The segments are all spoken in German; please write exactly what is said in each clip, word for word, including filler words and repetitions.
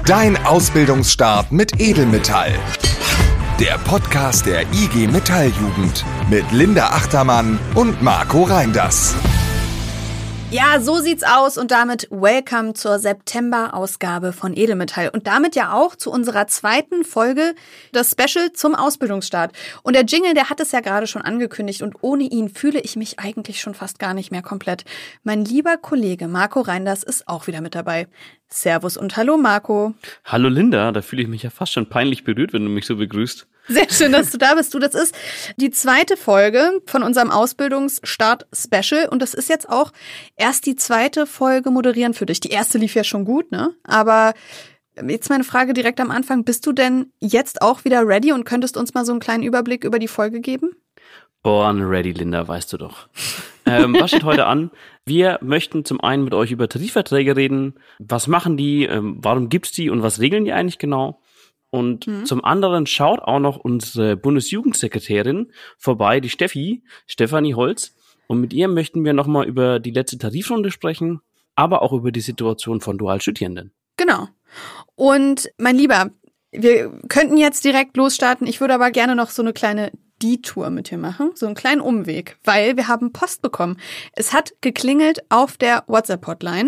Dein Ausbildungsstart mit Edelmetall. Der Podcast der I G Metall-Jugend mit Linda Achtermann und Marco Reinders. Ja, so sieht's aus und damit welcome zur September-Ausgabe von Edelmetall und damit ja auch zu unserer zweiten Folge, das Special zum Ausbildungsstart. Und der Jingle, der hat es ja gerade schon angekündigt und ohne ihn fühle ich mich eigentlich schon fast gar nicht mehr komplett. Mein lieber Kollege Marco Reinders ist auch wieder mit dabei. Servus und hallo Marco. Hallo Linda, da fühle ich mich ja fast schon peinlich berührt, wenn du mich so begrüßt. Sehr schön, dass du da bist. Du, das ist die zweite Folge von unserem Ausbildungsstart-Special und das ist jetzt auch erst die zweite Folge moderieren für dich. Die erste lief ja schon gut, ne? Aber jetzt meine Frage direkt am Anfang. Bist du denn jetzt auch wieder ready und könntest uns mal so einen kleinen Überblick über die Folge geben? Born ready, Linda, weißt du doch. ähm, was steht heute an? Wir möchten zum einen mit euch über Tarifverträge reden. Was machen die? Ähm, warum gibt's die? Und was regeln die eigentlich genau? Und mhm. zum anderen schaut auch noch unsere Bundesjugendsekretärin vorbei, die Steffi, Stefanie Holz. Und mit ihr möchten wir nochmal über die letzte Tarifrunde sprechen, aber auch über die Situation von Dualstudierenden. Genau. Und mein Lieber, wir könnten jetzt direkt losstarten. Ich würde aber gerne noch so eine kleine Detour mit dir machen, so einen kleinen Umweg, weil wir haben Post bekommen. Es hat geklingelt auf der WhatsApp-Hotline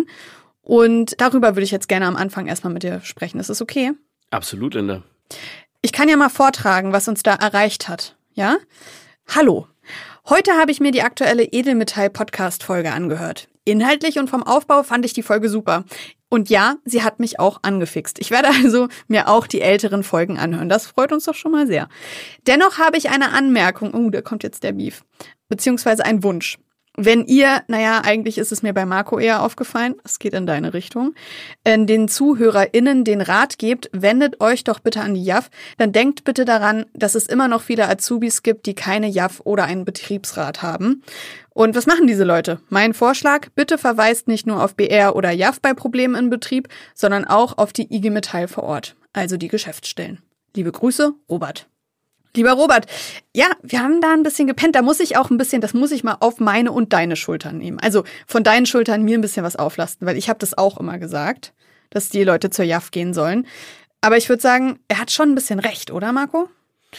und darüber würde ich jetzt gerne am Anfang erstmal mit dir sprechen. Ist das okay? Absolut, Linda. Ich kann ja mal vortragen, was uns da erreicht hat, ja? Hallo. Heute habe ich mir die aktuelle Edelmetall-Podcast-Folge angehört. Inhaltlich und vom Aufbau fand ich die Folge super. Und ja, sie hat mich auch angefixt. Ich werde also mir auch die älteren Folgen anhören. Das freut uns doch schon mal sehr. Dennoch habe ich eine Anmerkung. Oh, da kommt jetzt der Beef. Beziehungsweise ein Wunsch. Wenn ihr, naja, eigentlich ist es mir bei Marco eher aufgefallen, es geht in deine Richtung, äh, den ZuhörerInnen den Rat gebt, wendet euch doch bitte an die J A F, dann denkt bitte daran, dass es immer noch viele Azubis gibt, die keine J A F oder einen Betriebsrat haben. Und was machen diese Leute? Mein Vorschlag, bitte verweist nicht nur auf B R oder J A F bei Problemen im Betrieb, sondern auch auf die I G Metall vor Ort, also die Geschäftsstellen. Liebe Grüße, Robert. Lieber Robert, ja, wir haben da ein bisschen gepennt. Da muss ich auch ein bisschen, das muss ich mal auf meine und deine Schultern nehmen. Also von deinen Schultern mir ein bisschen was auflasten, weil ich habe das auch immer gesagt, dass die Leute zur J A F gehen sollen. Aber ich würde sagen, er hat schon ein bisschen recht, oder Marco?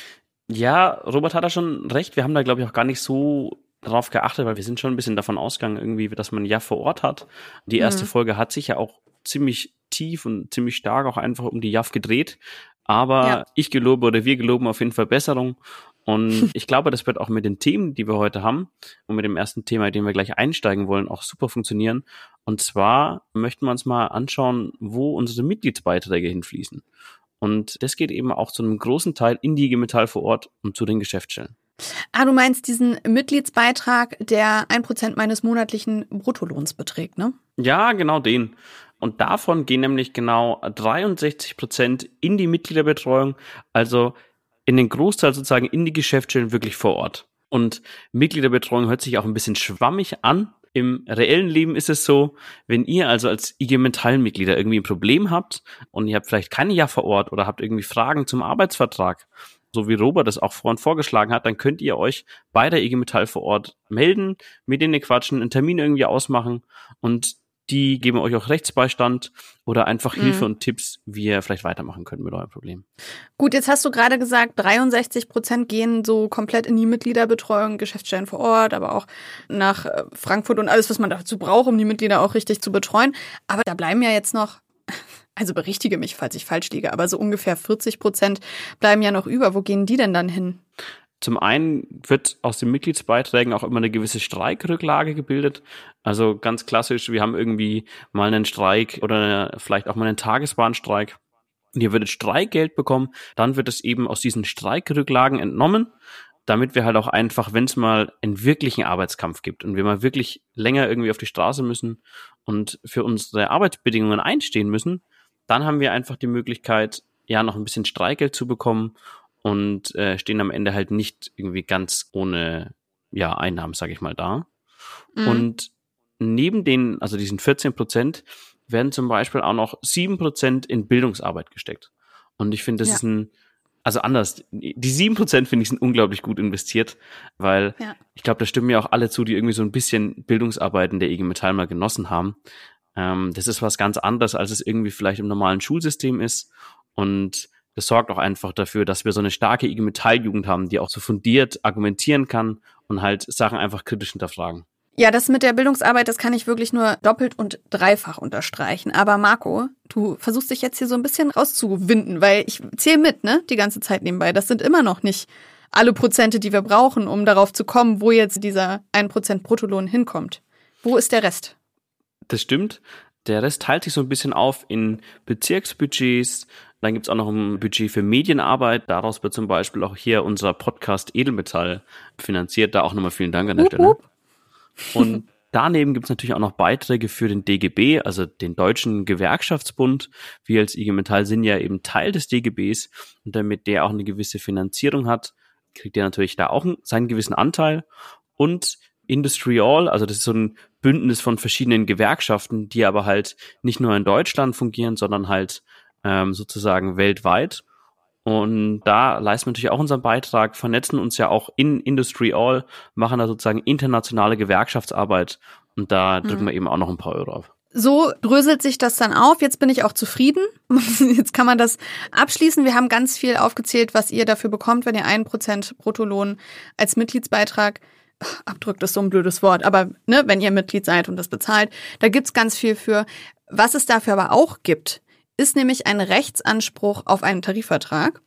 Ja, Robert hat da schon recht. Wir haben da, glaube ich, auch gar nicht so drauf geachtet, weil wir sind schon ein bisschen davon ausgegangen, irgendwie, dass man J A F vor Ort hat. Die erste mhm. Folge hat sich ja auch ziemlich tief und ziemlich stark auch einfach um die J A F gedreht. Aber ja. ich gelobe oder wir geloben auf jeden Fall Besserung. Und ich glaube, das wird auch mit den Themen, die wir heute haben und mit dem ersten Thema, in dem wir gleich einsteigen wollen, auch super funktionieren. Und zwar möchten wir uns mal anschauen, wo unsere Mitgliedsbeiträge hinfließen. Und das geht eben auch zu einem großen Teil in die I G Metall vor Ort und zu den Geschäftsstellen. Ah, du meinst diesen Mitgliedsbeitrag, der ein Prozent meines monatlichen Bruttolohns beträgt, ne? Ja, genau den. Und davon gehen nämlich genau dreiundsechzig Prozent in die Mitgliederbetreuung, also in den Großteil sozusagen in die Geschäftsstellen wirklich vor Ort. Und Mitgliederbetreuung hört sich auch ein bisschen schwammig an. Im reellen Leben ist es so, wenn ihr also als I G Metall-Mitglieder irgendwie ein Problem habt und ihr habt vielleicht keine J A F vor Ort oder habt irgendwie Fragen zum Arbeitsvertrag, so wie Robert das auch vorhin vorgeschlagen hat, dann könnt ihr euch bei der I G Metall vor Ort melden, mit denen quatschen, einen Termin irgendwie ausmachen und die geben euch auch Rechtsbeistand oder einfach mhm. Hilfe und Tipps, wie ihr vielleicht weitermachen könnt mit eurem Problem. Gut, jetzt hast du gerade gesagt, dreiundsechzig Prozent gehen so komplett in die Mitgliederbetreuung, Geschäftsstellen vor Ort, aber auch nach Frankfurt und alles, was man dazu braucht, um die Mitglieder auch richtig zu betreuen. Aber da bleiben ja jetzt noch, also berichtige mich, falls ich falsch liege, aber so ungefähr vierzig Prozent bleiben ja noch über. Wo gehen die denn dann hin? Zum einen wird aus den Mitgliedsbeiträgen auch immer eine gewisse Streikrücklage gebildet. Also ganz klassisch, wir haben irgendwie mal einen Streik oder eine, vielleicht auch mal einen Tagesbahnstreik. Und ihr würdet Streikgeld bekommen, dann wird es eben aus diesen Streikrücklagen entnommen, damit wir halt auch einfach, wenn es mal einen wirklichen Arbeitskampf gibt und wir mal wirklich länger irgendwie auf die Straße müssen und für unsere Arbeitsbedingungen einstehen müssen, dann haben wir einfach die Möglichkeit, ja, noch ein bisschen Streikgeld zu bekommen und äh, stehen am Ende halt nicht irgendwie ganz ohne ja Einnahmen, sage ich mal, da. Mhm. Und neben den, also diesen vierzehn Prozent, werden zum Beispiel auch noch sieben Prozent in Bildungsarbeit gesteckt. Und ich finde, das ja. ist ein, also anders, die sieben Prozent finde ich sind unglaublich gut investiert, weil ja. ich glaube, da stimmen mir auch alle zu, die irgendwie so ein bisschen Bildungsarbeit in der I G Metall mal genossen haben. Ähm, das ist was ganz anderes, als es irgendwie vielleicht im normalen Schulsystem ist. Und das sorgt auch einfach dafür, dass wir so eine starke I G Metall-Jugend haben, die auch so fundiert argumentieren kann und halt Sachen einfach kritisch hinterfragen. Ja, das mit der Bildungsarbeit, das kann ich wirklich nur doppelt und dreifach unterstreichen. Aber Marco, du versuchst dich jetzt hier so ein bisschen rauszuwinden, weil ich zähle mit, ne, die ganze Zeit nebenbei. Das sind immer noch nicht alle Prozente, die wir brauchen, um darauf zu kommen, wo jetzt dieser ein Prozent Bruttolohn hinkommt. Wo ist der Rest? Das stimmt. Der Rest teilt sich so ein bisschen auf in Bezirksbudgets. Dann gibt's auch noch ein Budget für Medienarbeit. Daraus wird zum Beispiel auch hier unser Podcast Edelmetall finanziert. Da auch nochmal vielen Dank an der Stelle. Und daneben gibt's natürlich auch noch Beiträge für den D G B, also den Deutschen Gewerkschaftsbund. Wir als I G Metall sind ja eben Teil des D G Bs. Und damit der auch eine gewisse Finanzierung hat, kriegt er natürlich da auch seinen gewissen Anteil. Und Industry All, also das ist so ein Bündnis von verschiedenen Gewerkschaften, die aber halt nicht nur in Deutschland fungieren, sondern halt ähm, sozusagen weltweit. Und da leisten wir natürlich auch unseren Beitrag, vernetzen uns ja auch in Industry All, machen da sozusagen internationale Gewerkschaftsarbeit und da drücken mhm. wir eben auch noch ein paar Euro auf. So dröselt sich das dann auf. Jetzt bin ich auch zufrieden. Jetzt kann man das abschließen. Wir haben ganz viel aufgezählt, was ihr dafür bekommt, wenn ihr ein Prozent Bruttolohn als Mitgliedsbeitrag abdrückt, ist so ein blödes Wort, aber ne, wenn ihr Mitglied seid und das bezahlt, da gibt's ganz viel für. Was es dafür aber auch gibt, ist nämlich ein Rechtsanspruch auf einen Tarifvertrag.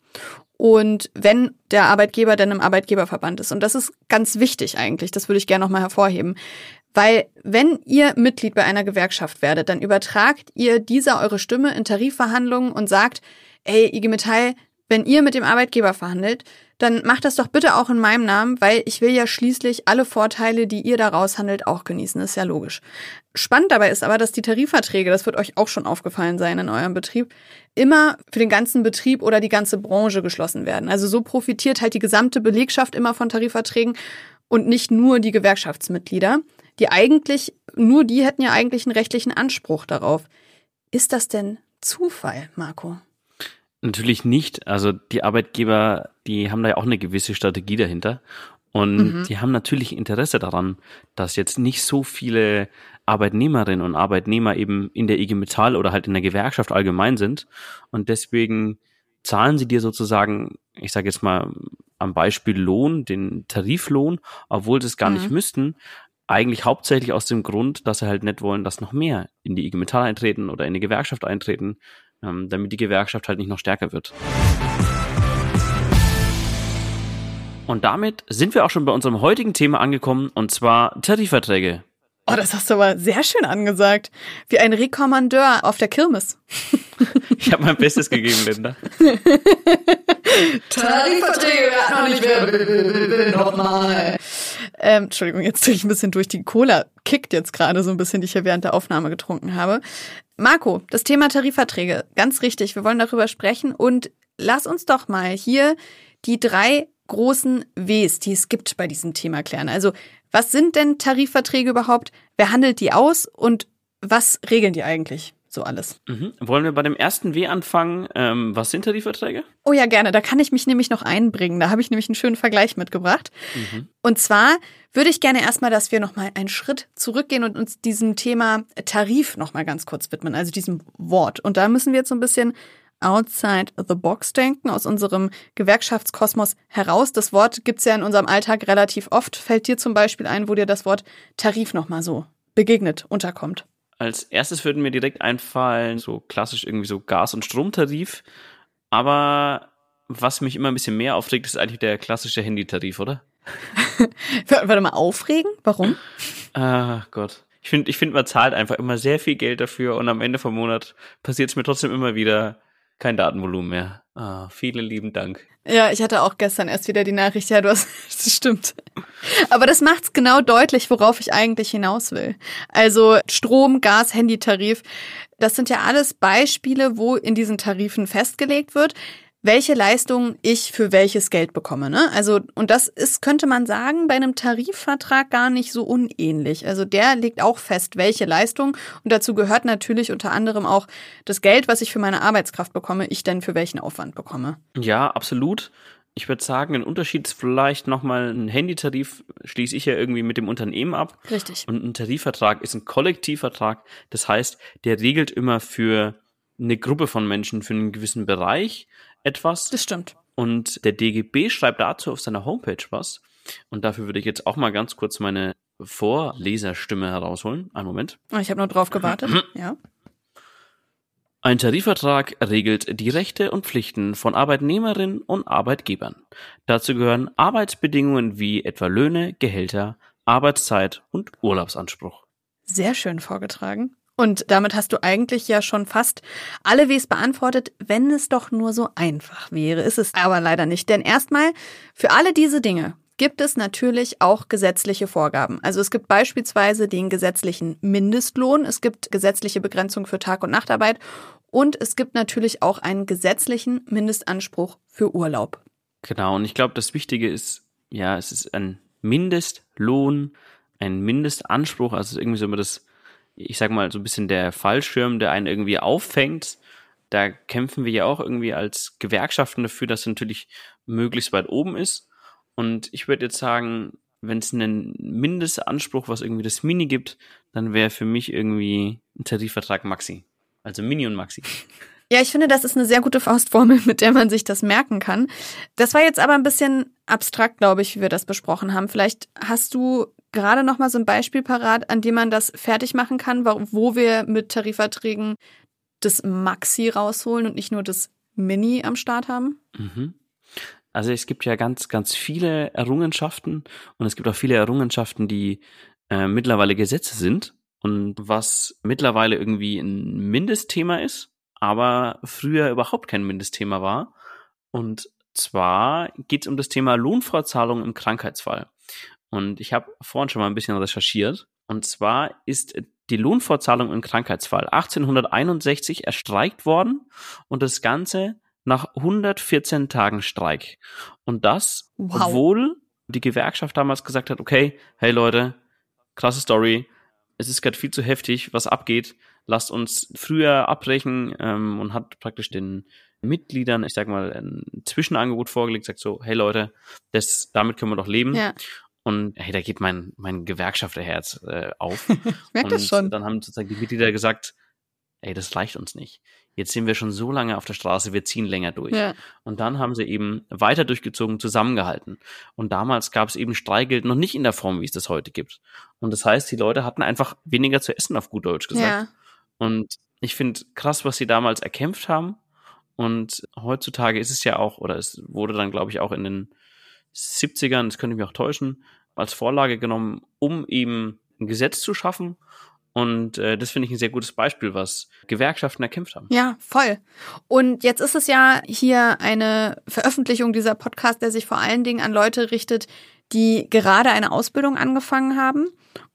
Und wenn der Arbeitgeber dann im Arbeitgeberverband ist. Und das ist ganz wichtig eigentlich, das würde ich gerne nochmal hervorheben. Weil wenn ihr Mitglied bei einer Gewerkschaft werdet, dann übertragt ihr dieser eure Stimme in Tarifverhandlungen und sagt, ey, I G Metall, wenn ihr mit dem Arbeitgeber verhandelt, dann macht das doch bitte auch in meinem Namen, weil ich will ja schließlich alle Vorteile, die ihr da raushandelt, auch genießen. Das ist ja logisch. Spannend dabei ist aber, dass die Tarifverträge, das wird euch auch schon aufgefallen sein in eurem Betrieb, immer für den ganzen Betrieb oder die ganze Branche geschlossen werden. Also so profitiert halt die gesamte Belegschaft immer von Tarifverträgen und nicht nur die Gewerkschaftsmitglieder, die eigentlich, nur die hätten ja eigentlich einen rechtlichen Anspruch darauf. Ist das denn Zufall, Marco? Natürlich nicht. Also die Arbeitgeber, die haben da ja auch eine gewisse Strategie dahinter. Und mhm. die haben natürlich Interesse daran, dass jetzt nicht so viele Arbeitnehmerinnen und Arbeitnehmer eben in der I G Metall oder halt in der Gewerkschaft allgemein sind. Und deswegen zahlen sie dir sozusagen, ich sage jetzt mal am Beispiel Lohn, den Tariflohn, obwohl sie es gar mhm. nicht müssten, eigentlich hauptsächlich aus dem Grund, dass sie halt nicht wollen, dass noch mehr in die I G Metall eintreten oder in die Gewerkschaft eintreten, damit die Gewerkschaft halt nicht noch stärker wird. Und damit sind wir auch schon bei unserem heutigen Thema angekommen, und zwar Tarifverträge. Oh, das hast du aber sehr schön angesagt. Wie ein Rekommandeur auf der Kirmes. Ich habe mein Bestes gegeben, Linda. Tarifverträge, noch nicht mehr. Nochmal. Ähm, Entschuldigung, jetzt tue ich ein bisschen durch. Die Cola kickt jetzt gerade so ein bisschen, die ich hier während der Aufnahme getrunken habe. Marco, das Thema Tarifverträge, ganz richtig. Wir wollen darüber sprechen und lass uns doch mal hier die drei großen Ws, die es gibt bei diesem Thema klären. Also, was sind denn Tarifverträge überhaupt? Wer handelt die aus und was regeln die eigentlich? So alles. Mhm. Wollen wir bei dem ersten W anfangen? Ähm, was sind Tarifverträge? Oh ja, gerne. Da kann ich mich nämlich noch einbringen. Da habe ich nämlich einen schönen Vergleich mitgebracht. Mhm. Und zwar würde ich gerne erstmal, dass wir nochmal einen Schritt zurückgehen und uns diesem Thema Tarif nochmal ganz kurz widmen, also diesem Wort. Und da müssen wir jetzt so ein bisschen outside the box denken, aus unserem Gewerkschaftskosmos heraus. Das Wort gibt's ja in unserem Alltag relativ oft. Fällt dir zum Beispiel ein, wo dir das Wort Tarif nochmal so begegnet, unterkommt? Als erstes würden mir direkt einfallen, so klassisch irgendwie so Gas- und Stromtarif. Aber was mich immer ein bisschen mehr aufregt, ist eigentlich der klassische Handytarif, oder? Warte mal, aufregen? Warum? Ah, Gott. Ich finde, ich finde, man zahlt einfach immer sehr viel Geld dafür und am Ende vom Monat passiert es mir trotzdem immer wieder, kein Datenvolumen mehr. Ah, vielen lieben Dank. Ja, ich hatte auch gestern erst wieder die Nachricht, ja, du hast, das stimmt. Aber das macht's genau deutlich, worauf ich eigentlich hinaus will. Also Strom, Gas, Handytarif, das sind ja alles Beispiele, wo in diesen Tarifen festgelegt wird, welche Leistungen ich für welches Geld bekomme, ne? Also, und das ist, könnte man sagen, bei einem Tarifvertrag gar nicht so unähnlich. Also der legt auch fest, welche Leistungen, und dazu gehört natürlich unter anderem auch das Geld, was ich für meine Arbeitskraft bekomme, ich denn für welchen Aufwand bekomme. Ja, absolut. Ich würde sagen, ein Unterschied ist vielleicht nochmal, ein Handytarif schließe ich ja irgendwie mit dem Unternehmen ab. Richtig. Und ein Tarifvertrag ist ein Kollektivvertrag. Das heißt, der regelt immer für eine Gruppe von Menschen, für einen gewissen Bereich etwas. Das stimmt. Und der D G B schreibt dazu auf seiner Homepage was. Und dafür würde ich jetzt auch mal ganz kurz meine Vorleserstimme herausholen. Einen Moment. Ich habe nur drauf gewartet. Ja. Ein Tarifvertrag regelt die Rechte und Pflichten von Arbeitnehmerinnen und Arbeitgebern. Dazu gehören Arbeitsbedingungen wie etwa Löhne, Gehälter, Arbeitszeit und Urlaubsanspruch. Sehr schön vorgetragen. Und damit hast du eigentlich ja schon fast alle Ws beantwortet, wenn es doch nur so einfach wäre. Ist es aber leider nicht. Denn erstmal, für alle diese Dinge gibt es natürlich auch gesetzliche Vorgaben. Also es gibt beispielsweise den gesetzlichen Mindestlohn, es gibt gesetzliche Begrenzung für Tag- und Nachtarbeit und es gibt natürlich auch einen gesetzlichen Mindestanspruch für Urlaub. Genau, und ich glaube, das Wichtige ist, ja, es ist ein Mindestlohn, ein Mindestanspruch, also irgendwie so immer das, ich sag mal, so ein bisschen der Fallschirm, der einen irgendwie auffängt. Da kämpfen wir ja auch irgendwie als Gewerkschaften dafür, dass es natürlich möglichst weit oben ist. Und ich würde jetzt sagen, wenn es einen Mindestanspruch, was irgendwie das Mini gibt, dann wäre für mich irgendwie ein Tarifvertrag Maxi. Also Mini und Maxi. Ja, ich finde, das ist eine sehr gute Faustformel, mit der man sich das merken kann. Das war jetzt aber ein bisschen abstrakt, glaube ich, wie wir das besprochen haben. Vielleicht hast du gerade noch mal so ein Beispiel parat, an dem man das fertig machen kann, wo wir mit Tarifverträgen das Maxi rausholen und nicht nur das Mini am Start haben? Mhm. Also es gibt ja ganz, ganz viele Errungenschaften und es gibt auch viele Errungenschaften, die äh, mittlerweile Gesetze sind und was mittlerweile irgendwie ein Mindestthema ist, aber früher überhaupt kein Mindestthema war. Und zwar geht es um das Thema Lohnfortzahlung im Krankheitsfall. Und ich habe vorhin schon mal ein bisschen recherchiert. Und zwar ist die Lohnfortzahlung im Krankheitsfall achtzehnhunderteinundsechzig erstreikt worden und das Ganze nach hundertvierzehn Tagen Streik. Und das, wow. Obwohl die Gewerkschaft damals gesagt hat, okay, hey Leute, krasse Story, es ist gerade viel zu heftig, was abgeht, lasst uns früher abbrechen ähm, und hat praktisch den Mitgliedern, ich sag mal, ein Zwischenangebot vorgelegt, sagt so, hey Leute, das, damit können wir doch leben. Ja. Und hey, da geht mein, mein Gewerkschafterherz äh, auf. Ich merke das schon. Dann haben sozusagen die Mitglieder gesagt, ey, das reicht uns nicht. Jetzt sind wir schon so lange auf der Straße, wir ziehen länger durch. Ja. Und dann haben sie eben weiter durchgezogen, zusammengehalten. Und damals gab es eben Streikgeld noch nicht in der Form, wie es das heute gibt. Und das heißt, die Leute hatten einfach weniger zu essen, auf gut Deutsch gesagt. Ja. Und ich finde krass, was sie damals erkämpft haben. Und heutzutage ist es ja auch, oder es wurde dann, glaube ich, auch in den siebzigern, das könnte mich auch täuschen, als Vorlage genommen, um eben ein Gesetz zu schaffen. Und äh, das finde ich ein sehr gutes Beispiel, was Gewerkschaften erkämpft haben. Ja, voll. Und jetzt ist es ja hier eine Veröffentlichung dieser Podcast, der sich vor allen Dingen an Leute richtet, die gerade eine Ausbildung angefangen haben.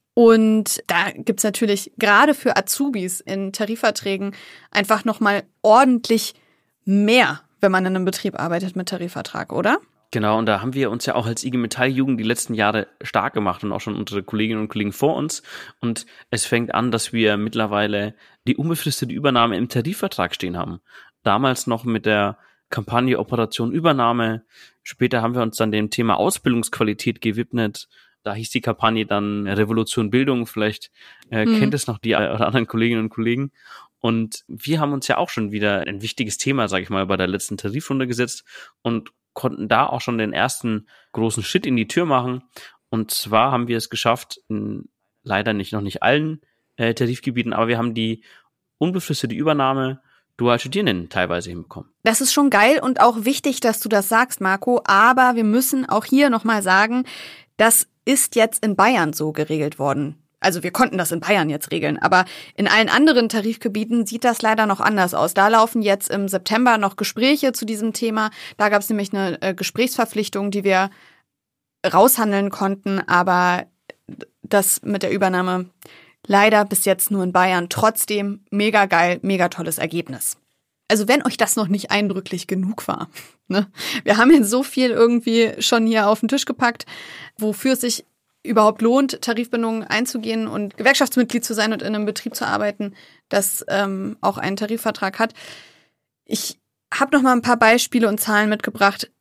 Und da gibt's natürlich gerade für Azubis in Tarifverträgen einfach nochmal ordentlich mehr, wenn man in einem Betrieb arbeitet mit Tarifvertrag, oder? Genau, und da haben wir uns ja auch als I G Metall-Jugend die letzten Jahre stark gemacht und auch schon unsere Kolleginnen und Kollegen vor uns. Und es fängt an, dass wir mittlerweile die unbefristete Übernahme im Tarifvertrag stehen haben. Damals noch mit der Kampagne Operation Übernahme. Später haben wir uns dann dem Thema Ausbildungsqualität gewidmet. Da hieß die Kampagne dann Revolution Bildung. Vielleicht äh, hm. kennt es noch die oder anderen Kolleginnen und Kollegen. Und wir haben uns ja auch schon wieder ein wichtiges Thema, sage ich mal, bei der letzten Tarifrunde gesetzt und konnten da auch schon den ersten großen Schritt in die Tür machen. Und zwar haben wir es geschafft, in, leider nicht noch nicht allen äh, Tarifgebieten, aber wir haben die unbefristete Übernahme Dualstudierenden teilweise hinbekommen. Das ist schon geil und auch wichtig, dass du das sagst, Marco. Aber wir müssen auch hier nochmal sagen, das ist jetzt in Bayern so geregelt worden. Also wir konnten das in Bayern jetzt regeln, aber in allen anderen Tarifgebieten sieht das leider noch anders aus. Da laufen jetzt im September noch Gespräche zu diesem Thema. Da gab es nämlich eine äh, Gesprächsverpflichtung, die wir raushandeln konnten, aber das mit der Übernahme leider bis jetzt nur in Bayern. Trotzdem mega geil, mega tolles Ergebnis. Also wenn euch das noch nicht eindrücklich genug war, ne? Wir haben jetzt so viel irgendwie schon hier auf den Tisch gepackt, wofür es sich überhaupt lohnt, Tarifbindungen einzugehen und Gewerkschaftsmitglied zu sein und in einem Betrieb zu arbeiten, das ähm, auch einen Tarifvertrag hat. Ich habe noch mal ein paar Beispiele und Zahlen mitgebracht,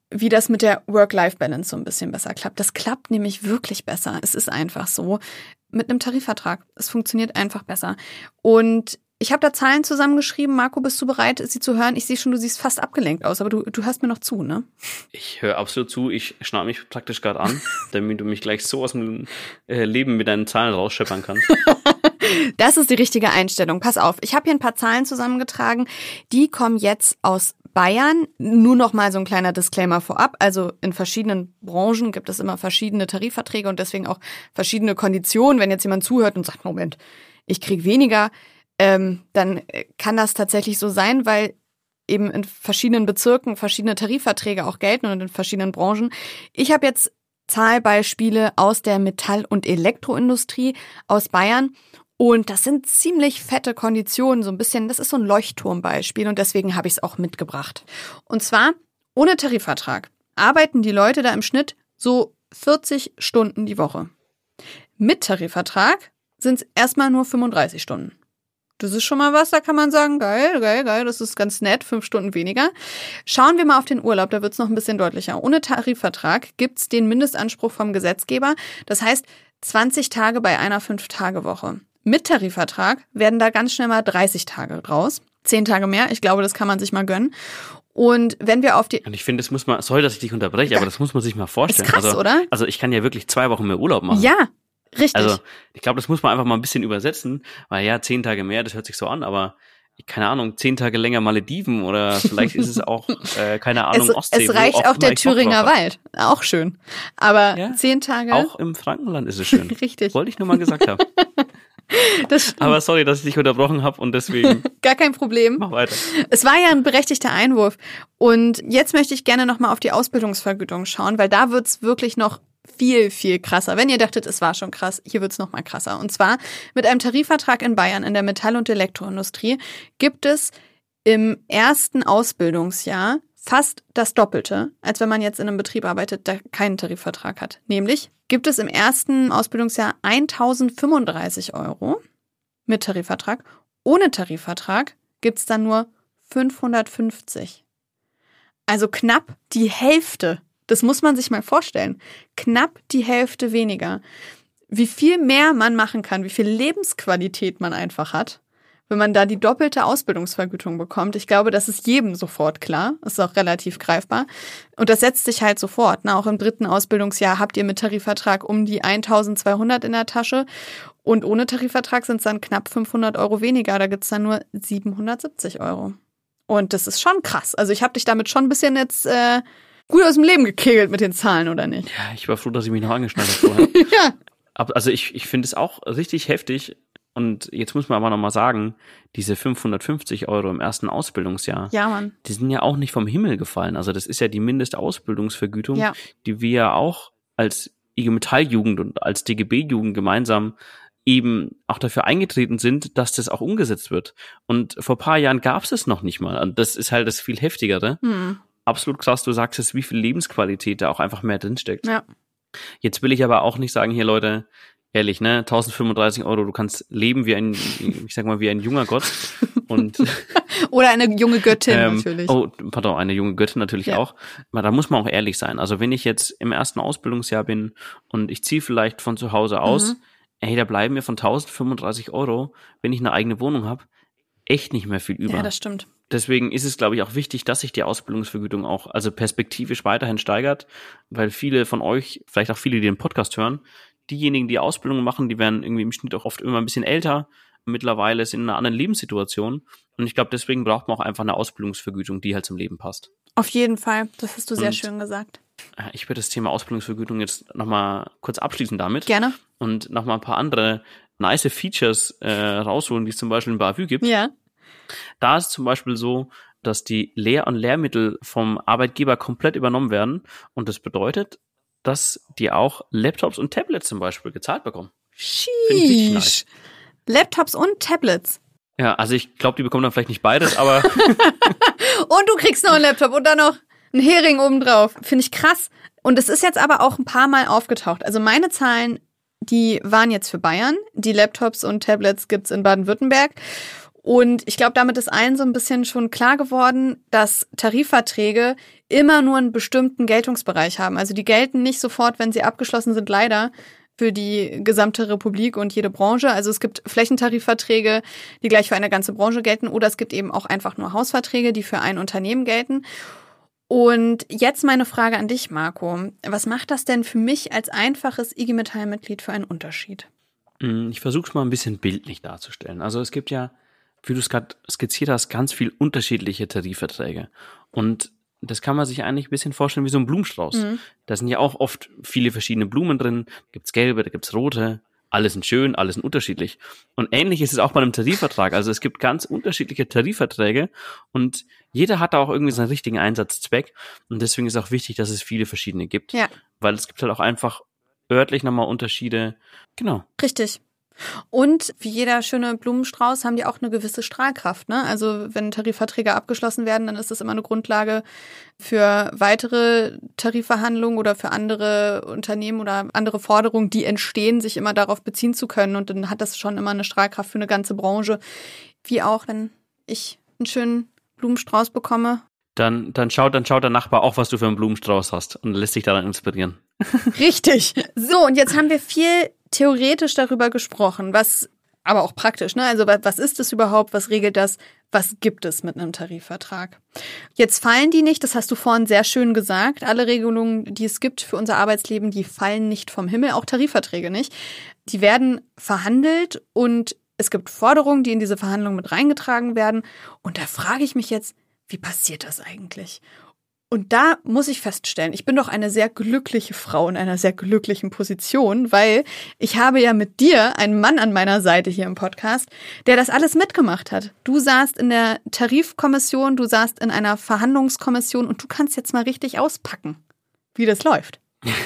wie das mit der Work-Life-Balance so ein bisschen besser klappt. Das klappt nämlich wirklich besser. Es ist einfach so. Mit einem Tarifvertrag. Es funktioniert einfach besser. Und ich habe da Zahlen zusammengeschrieben. Marco, bist du bereit, sie zu hören? Ich sehe schon, du siehst fast abgelenkt aus, aber du, du hörst mir noch zu, ne? Ich höre absolut zu. Ich schnapp mich praktisch gerade an, damit du mich gleich so aus dem äh, Leben mit deinen Zahlen rausscheppern kannst. Das ist die richtige Einstellung. Pass auf, ich habe hier ein paar Zahlen zusammengetragen. Die kommen jetzt aus Bayern. Nur noch mal so ein kleiner Disclaimer vorab. Also in verschiedenen Branchen gibt es immer verschiedene Tarifverträge und deswegen auch verschiedene Konditionen. Wenn jetzt jemand zuhört und sagt, Moment, ich krieg weniger, ähm, dann kann das tatsächlich so sein, weil eben in verschiedenen Bezirken verschiedene Tarifverträge auch gelten und in verschiedenen Branchen. Ich habe jetzt Zahlbeispiele aus der Metall- und Elektroindustrie aus Bayern. Und das sind ziemlich fette Konditionen, so ein bisschen, das ist so ein Leuchtturmbeispiel und deswegen habe ich es auch mitgebracht. Und zwar, ohne Tarifvertrag arbeiten die Leute da im Schnitt so vierzig Stunden die Woche. Mit Tarifvertrag sind es erstmal nur fünfunddreißig Stunden. Das ist schon mal was, da kann man sagen, geil, geil, geil, das ist ganz nett, fünf Stunden weniger. Schauen wir mal auf den Urlaub, da wird es noch ein bisschen deutlicher. Ohne Tarifvertrag gibt es den Mindestanspruch vom Gesetzgeber, das heißt zwanzig Tage bei einer fünf-Tage-Woche. Mit Tarifvertrag werden da ganz schnell mal dreißig Tage draus. Zehn Tage mehr, ich glaube, das kann man sich mal gönnen. Und wenn wir auf die... Und ich finde, das muss man, sorry, dass ich dich unterbreche, ja. aber das muss man sich mal vorstellen. Ist krass, also, oder? Also ich kann ja wirklich zwei Wochen mehr Urlaub machen. Ja, richtig. Also ich glaube, das muss man einfach mal ein bisschen übersetzen, weil ja, zehn Tage mehr, das hört sich so an, aber keine Ahnung, zehn Tage länger Malediven oder vielleicht ist es auch, äh, keine Ahnung, es, Ostsee. Es reicht auch, auch der Thüringer Wald, auch schön. Aber ja, zehn Tage... Auch im Frankenland ist es schön. Richtig. Wollte ich nur mal gesagt haben. Das Aber sorry, dass ich dich unterbrochen habe und deswegen... Gar kein Problem. Mach weiter. Es war ja ein berechtigter Einwurf. Und jetzt möchte ich gerne nochmal auf die Ausbildungsvergütung schauen, weil da wird's wirklich noch viel, viel krasser. Wenn ihr dachtet, es war schon krass, hier wird's noch mal krasser. Und zwar mit einem Tarifvertrag in Bayern in der Metall- und Elektroindustrie gibt es im ersten Ausbildungsjahr fast das Doppelte, als wenn man jetzt in einem Betrieb arbeitet, der keinen Tarifvertrag hat. Nämlich gibt es im ersten Ausbildungsjahr eintausendfünfunddreißig Euro mit Tarifvertrag. Ohne Tarifvertrag gibt's dann nur fünfhundertfünfzig. Also knapp die Hälfte. Das muss man sich mal vorstellen. Knapp die Hälfte weniger. Wie viel mehr man machen kann, wie viel Lebensqualität man einfach hat, wenn man da die doppelte Ausbildungsvergütung bekommt. Ich glaube, das ist jedem sofort klar. Ist auch relativ greifbar. Und das setzt sich halt sofort. Na, auch im dritten Ausbildungsjahr habt ihr mit Tarifvertrag um die eintausendzweihundert in der Tasche. Und ohne Tarifvertrag sind es dann knapp fünfhundert Euro weniger. Da gibt's dann nur siebenhundertsiebzig Euro. Und das ist schon krass. Also ich habe dich damit schon ein bisschen jetzt... Äh, gut aus dem Leben gekegelt mit den Zahlen, oder nicht? Ja, ich war froh, dass ich mich noch angeschnallt habe vorher. Ja. Also ich, ich finde es auch richtig heftig. Und jetzt muss man aber nochmal sagen, diese fünfhundertfünfzig Euro im ersten Ausbildungsjahr, ja, Mann. Die sind ja auch nicht vom Himmel gefallen. Also das ist ja die Mindestausbildungsvergütung, ja. die wir ja auch als I G Metall-Jugend und als D G B-Jugend gemeinsam eben auch dafür eingetreten sind, dass das auch umgesetzt wird. Und vor ein paar Jahren gab es es noch nicht mal. Und das ist halt das viel Heftigere. Hm. Absolut krass, du sagst es, wie viel Lebensqualität da auch einfach mehr drinsteckt. Ja. Jetzt will ich aber auch nicht sagen, hier Leute, ehrlich, ne, tausendfünfunddreißig Euro, du kannst leben wie ein, ich sag mal, wie ein junger Gott. Und oder eine junge Göttin ähm, natürlich. Oh, pardon, eine junge Göttin natürlich ja. auch. Aber da muss man auch ehrlich sein. Also wenn ich jetzt im ersten Ausbildungsjahr bin und ich ziehe vielleicht von zu Hause aus, mhm. ey, da bleiben mir von tausendfünfunddreißig Euro, wenn ich eine eigene Wohnung habe, echt nicht mehr viel über. Ja, das stimmt. Deswegen ist es, glaube ich, auch wichtig, dass sich die Ausbildungsvergütung auch, also perspektivisch weiterhin steigert, weil viele von euch, vielleicht auch viele, die den Podcast hören, diejenigen, die Ausbildung machen, die werden irgendwie im Schnitt auch oft immer ein bisschen älter, mittlerweile sind in einer anderen Lebenssituation und ich glaube, deswegen braucht man auch einfach eine Ausbildungsvergütung, die halt zum Leben passt. Auf jeden Fall, das hast du sehr und schön gesagt. Ich würde das Thema Ausbildungsvergütung jetzt nochmal kurz abschließen damit. Gerne. Und nochmal ein paar andere nice Features äh, rausholen, die es zum Beispiel in BAföG gibt. Ja. Da ist es zum Beispiel so, dass die Lehr- und Lehrmittel vom Arbeitgeber komplett übernommen werden. Und das bedeutet, dass die auch Laptops und Tablets zum Beispiel gezahlt bekommen. Sheesh. Nice. Laptops und Tablets. Ja, also ich glaube, die bekommen dann vielleicht nicht beides, aber... Und du kriegst noch einen Laptop und dann noch einen Hering obendrauf. Finde ich krass. Und es ist jetzt aber auch ein paar Mal aufgetaucht. Also meine Zahlen, die waren jetzt für Bayern. Die Laptops und Tablets gibt's in Baden-Württemberg. Und ich glaube, damit ist allen so ein bisschen schon klar geworden, dass Tarifverträge immer nur einen bestimmten Geltungsbereich haben. Also die gelten nicht sofort, wenn sie abgeschlossen sind, leider für die gesamte Republik und jede Branche. Also es gibt Flächentarifverträge, die gleich für eine ganze Branche gelten, oder es gibt eben auch einfach nur Hausverträge, die für ein Unternehmen gelten. Und jetzt meine Frage an dich, Marco. Was macht das denn für mich als einfaches I G Metall-Mitglied für einen Unterschied? Ich versuche es mal ein bisschen bildlich darzustellen. Also es gibt ja, wie du es gerade skizziert hast, ganz viel unterschiedliche Tarifverträge. Und das kann man sich eigentlich ein bisschen vorstellen wie so ein Blumenstrauß. Mhm. Da sind ja auch oft viele verschiedene Blumen drin. Da gibt's gelbe, da gibt's rote. Alle sind schön, alle sind unterschiedlich. Und ähnlich ist es auch bei einem Tarifvertrag. Also es gibt ganz unterschiedliche Tarifverträge und jeder hat da auch irgendwie seinen richtigen Einsatzzweck. Und deswegen ist auch wichtig, dass es viele verschiedene gibt. Ja. Weil es gibt halt auch einfach örtlich nochmal Unterschiede. Genau. Richtig. Und wie jeder schöne Blumenstrauß haben die auch eine gewisse Strahlkraft, ne? Also wenn Tarifverträge abgeschlossen werden, dann ist das immer eine Grundlage für weitere Tarifverhandlungen oder für andere Unternehmen oder andere Forderungen, die entstehen, sich immer darauf beziehen zu können. Und dann hat das schon immer eine Strahlkraft für eine ganze Branche. Wie auch, wenn ich einen schönen Blumenstrauß bekomme. Dann, dann schaut, dann schaut der Nachbar auch, was du für einen Blumenstrauß hast und lässt sich daran inspirieren. Richtig. So, und jetzt haben wir viel theoretisch darüber gesprochen, was, aber auch praktisch, ne? Also was ist das überhaupt, was regelt das, was gibt es mit einem Tarifvertrag? Jetzt fallen die nicht, das hast du vorhin sehr schön gesagt, alle Regelungen, die es gibt für unser Arbeitsleben, die fallen nicht vom Himmel, auch Tarifverträge nicht. Die werden verhandelt und es gibt Forderungen, die in diese Verhandlungen mit reingetragen werden. Und da frage ich mich jetzt, wie passiert das eigentlich? Und da muss ich feststellen, ich bin doch eine sehr glückliche Frau in einer sehr glücklichen Position, weil ich habe ja mit dir einen Mann an meiner Seite hier im Podcast, der das alles mitgemacht hat. Du saßt in der Tarifkommission, du saßt in einer Verhandlungskommission und du kannst jetzt mal richtig auspacken, wie das läuft.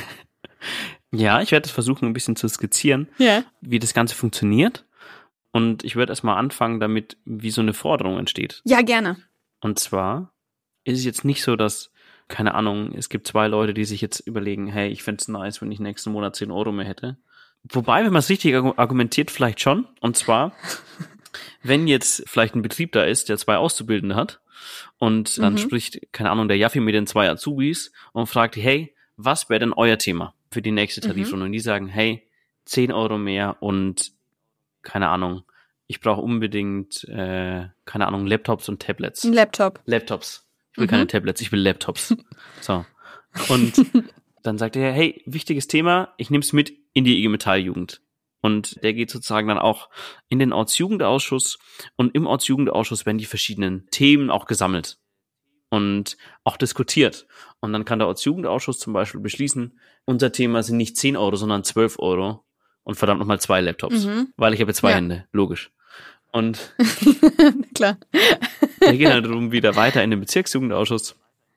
Ja, ich werde es versuchen, ein bisschen zu skizzieren, ja, wie das Ganze funktioniert. Und ich werde erstmal anfangen damit, wie so eine Forderung entsteht. Ja, gerne. Und zwar ist es jetzt nicht so, dass, keine Ahnung, es gibt zwei Leute, die sich jetzt überlegen, hey, ich fände es nice, wenn ich nächsten Monat zehn Euro mehr hätte. Wobei, wenn man es richtig argumentiert, vielleicht schon. Und zwar, wenn jetzt vielleicht ein Betrieb da ist, der zwei Auszubildende hat und dann mhm. spricht, keine Ahnung, der Jaffi mit den zwei Azubis und fragt, hey, was wäre denn euer Thema für die nächste Tarifrunde? Mhm. Und die sagen, hey, zehn Euro mehr und, keine Ahnung, ich brauche unbedingt, äh, keine Ahnung, Laptops und Tablets. Ein Laptop. Laptops. Ich will mhm. keine Tablets, ich will Laptops. So. Und dann sagt er, hey, wichtiges Thema, ich nehme es mit in die I G Metall-Jugend. Und der geht sozusagen dann auch in den Ortsjugendausschuss und im Ortsjugendausschuss werden die verschiedenen Themen auch gesammelt und auch diskutiert. Und dann kann der Ortsjugendausschuss zum Beispiel beschließen, unser Thema sind nicht zehn Euro, sondern zwölf Euro und verdammt nochmal zwei Laptops, mhm. weil ich habe zwei ja. Hände, logisch. Und klar. Wir gehen dann darum wieder weiter in den Bezirksjugendausschuss.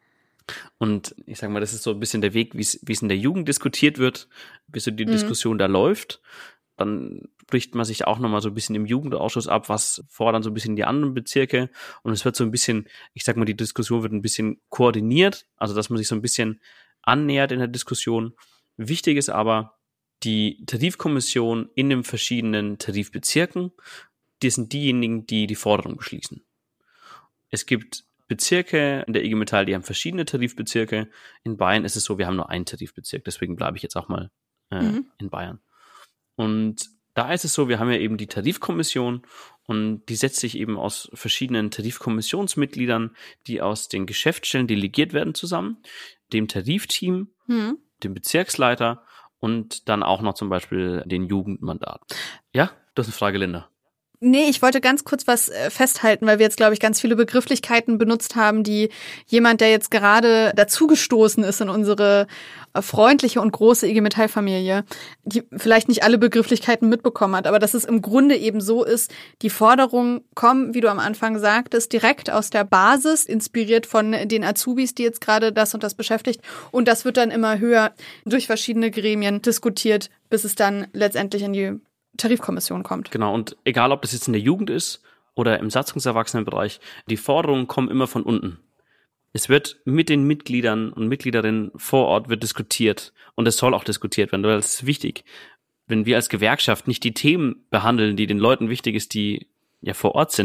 Und ich sag mal, das ist so ein bisschen der Weg, wie es wie es in der Jugend diskutiert wird, bis so die mhm. Diskussion da läuft. Dann spricht man sich auch nochmal so ein bisschen im Jugendausschuss ab, was fordern so ein bisschen die anderen Bezirke. Und es wird so ein bisschen, ich sag mal, die Diskussion wird ein bisschen koordiniert, also dass man sich so ein bisschen annähert in der Diskussion. Wichtig ist aber, die Tarifkommission in den verschiedenen Tarifbezirken, die sind diejenigen, die die Forderung beschließen. Es gibt Bezirke in der I G Metall, die haben verschiedene Tarifbezirke. In Bayern ist es so, wir haben nur einen Tarifbezirk, deswegen bleibe ich jetzt auch mal äh, mhm. in Bayern. Und da ist es so, wir haben ja eben die Tarifkommission und die setzt sich eben aus verschiedenen Tarifkommissionsmitgliedern, die aus den Geschäftsstellen delegiert werden zusammen, dem Tarifteam, mhm. dem Bezirksleiter und dann auch noch zum Beispiel den Jugendmandaten. Ja, das ist eine Frage, Linda. Nee, ich wollte ganz kurz was festhalten, weil wir jetzt, glaube ich, ganz viele Begrifflichkeiten benutzt haben, die jemand, der jetzt gerade dazugestoßen ist in unsere freundliche und große I G Metall-Familie, die vielleicht nicht alle Begrifflichkeiten mitbekommen hat, aber dass es im Grunde eben so ist, die Forderungen kommen, wie du am Anfang sagtest, direkt aus der Basis, inspiriert von den Azubis, die jetzt gerade das und das beschäftigt. Und das wird dann immer höher durch verschiedene Gremien diskutiert, bis es dann letztendlich in die Tarifkommission kommt. Genau, und egal, ob das jetzt in der Jugend ist oder im Satzungserwachsenenbereich, die Forderungen kommen immer von unten. Es wird mit den Mitgliedern und Mitgliederinnen vor Ort wird diskutiert und es soll auch diskutiert werden, weil es ist wichtig. Wenn wir als Gewerkschaft nicht die Themen behandeln, die den Leuten wichtig ist, die ja vor Ort sind,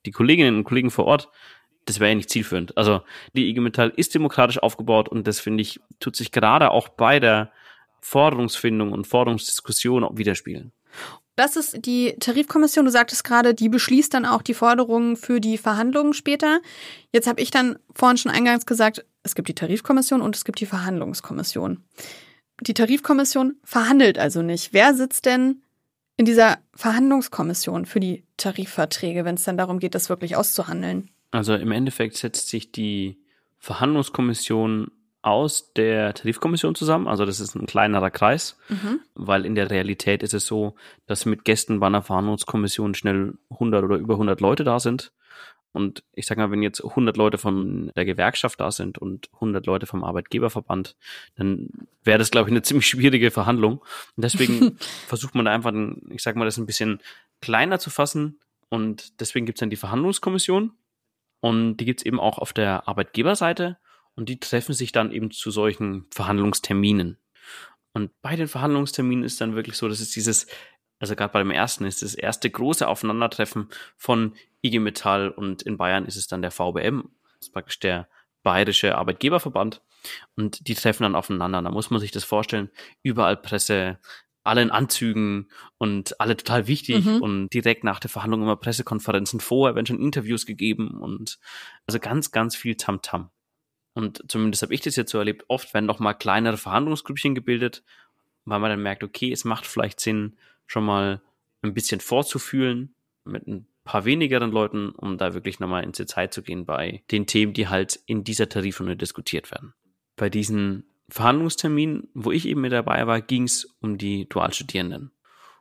die Kolleginnen und Kollegen vor Ort, das wäre ja nicht zielführend. Also die I G Metall ist demokratisch aufgebaut und das, finde ich, tut sich gerade auch bei der Forderungsfindung und Forderungsdiskussion auch widerspiegeln. Das ist die Tarifkommission, du sagtest gerade, die beschließt dann auch die Forderungen für die Verhandlungen später. Jetzt habe ich dann vorhin schon eingangs gesagt, es gibt die Tarifkommission und es gibt die Verhandlungskommission. Die Tarifkommission verhandelt also nicht. Wer sitzt denn in dieser Verhandlungskommission für die Tarifverträge, wenn es dann darum geht, das wirklich auszuhandeln? Also im Endeffekt setzt sich die Verhandlungskommission aus der Tarifkommission zusammen. Also das ist ein kleinerer Kreis, mhm. weil in der Realität ist es so, dass mit Gästen bei einer Verhandlungskommission schnell hundert oder über hundert Leute da sind. Und ich sage mal, wenn jetzt hundert Leute von der Gewerkschaft da sind und hundert Leute vom Arbeitgeberverband, dann wäre das, glaube ich, eine ziemlich schwierige Verhandlung. Und deswegen versucht man da einfach, ich sage mal, das ein bisschen kleiner zu fassen. Und deswegen gibt es dann die Verhandlungskommission. Und die gibt es eben auch auf der Arbeitgeberseite. Und die treffen sich dann eben zu solchen Verhandlungsterminen. Und bei den Verhandlungsterminen ist dann wirklich so, dass es dieses, also gerade bei dem ersten ist das erste große Aufeinandertreffen von I G Metall und in Bayern ist es dann der V B M, das ist praktisch der Bayerische Arbeitgeberverband. Und die treffen dann aufeinander. Da muss man sich das vorstellen, überall Presse, alle in Anzügen und alle total wichtig mhm. und direkt nach der Verhandlung immer Pressekonferenzen vorher, werden schon Interviews gegeben und also ganz, ganz viel Tamtam. Und zumindest habe ich das jetzt so erlebt, oft werden noch mal kleinere Verhandlungsgrüppchen gebildet, weil man dann merkt, okay, es macht vielleicht Sinn, schon mal ein bisschen vorzufühlen mit ein paar wenigeren Leuten, um da wirklich nochmal ins Detail zu gehen bei den Themen, die halt in dieser Tarifrunde diskutiert werden. Bei diesen Verhandlungsterminen, wo ich eben mit dabei war, ging es um die Dualstudierenden.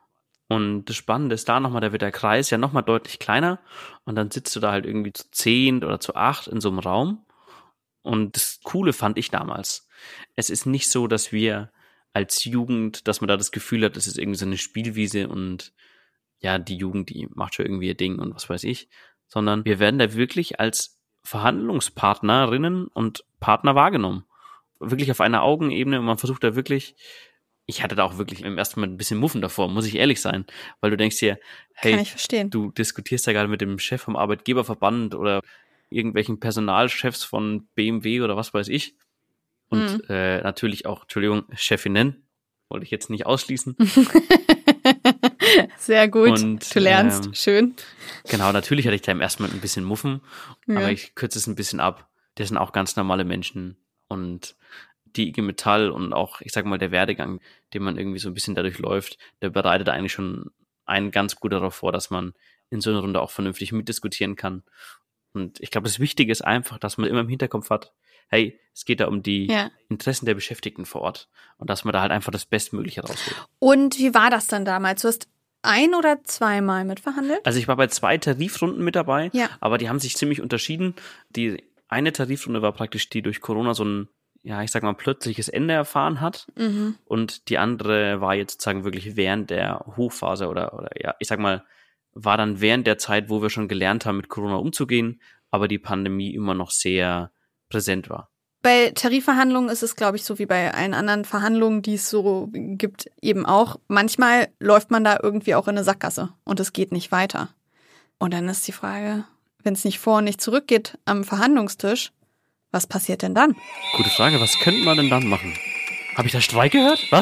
Und das Spannende ist da nochmal, da wird der Kreis ja nochmal deutlich kleiner und dann sitzt du da halt irgendwie zu zehn oder zu acht in so einem Raum. Und das Coole fand ich damals. Es ist nicht so, dass wir als Jugend, dass man da das Gefühl hat, das ist irgendwie so eine Spielwiese und ja, die Jugend, die macht schon irgendwie ihr Ding und was weiß ich, sondern wir werden da wirklich als Verhandlungspartnerinnen und Partner wahrgenommen. Wirklich auf einer Augenebene und man versucht da wirklich, ich hatte da auch wirklich im ersten Mal ein bisschen Muffen davor, muss ich ehrlich sein, weil du denkst dir, hey, du diskutierst ja gerade mit dem Chef vom Arbeitgeberverband oder irgendwelchen Personalchefs von B M W oder was weiß ich. Und mhm. äh, natürlich auch, Entschuldigung, Chefinnen, wollte ich jetzt nicht ausschließen. Sehr gut, und, du lernst, ähm, schön. Genau, natürlich hatte ich da im ersten Mal ein bisschen Muffen, ja. aber ich kürze es ein bisschen ab. Das sind auch ganz normale Menschen und die I G Metall und auch, ich sag mal, der Werdegang, den man irgendwie so ein bisschen dadurch läuft, der bereitet eigentlich schon einen ganz gut darauf vor, dass man in so einer Runde auch vernünftig mitdiskutieren kann. Und ich glaube, das Wichtige ist einfach, dass man immer im Hinterkopf hat, hey, es geht da um die ja. Interessen der Beschäftigten vor Ort und dass man da halt einfach das Bestmögliche rausholt. Und wie war das dann damals? Du hast ein- oder zweimal mitverhandelt? Also ich war bei zwei Tarifrunden mit dabei, ja. aber die haben sich ziemlich unterschieden. Die eine Tarifrunde war praktisch, die durch Corona so ein, ja, ich sag mal, plötzliches Ende erfahren hat. Mhm. Und die andere war jetzt sozusagen wirklich während der Hochphase oder, oder ja, ich sag mal, war dann während der Zeit, wo wir schon gelernt haben, mit Corona umzugehen, aber die Pandemie immer noch sehr präsent war. Bei Tarifverhandlungen ist es, glaube ich, so wie bei allen anderen Verhandlungen, die es so gibt, eben auch. Manchmal läuft man da irgendwie auch in eine Sackgasse und es geht nicht weiter. Und dann ist die Frage, wenn es nicht vor und nicht zurück geht am Verhandlungstisch, was passiert denn dann? Gute Frage, was könnte man denn dann machen? Habe ich da Streik gehört? Was?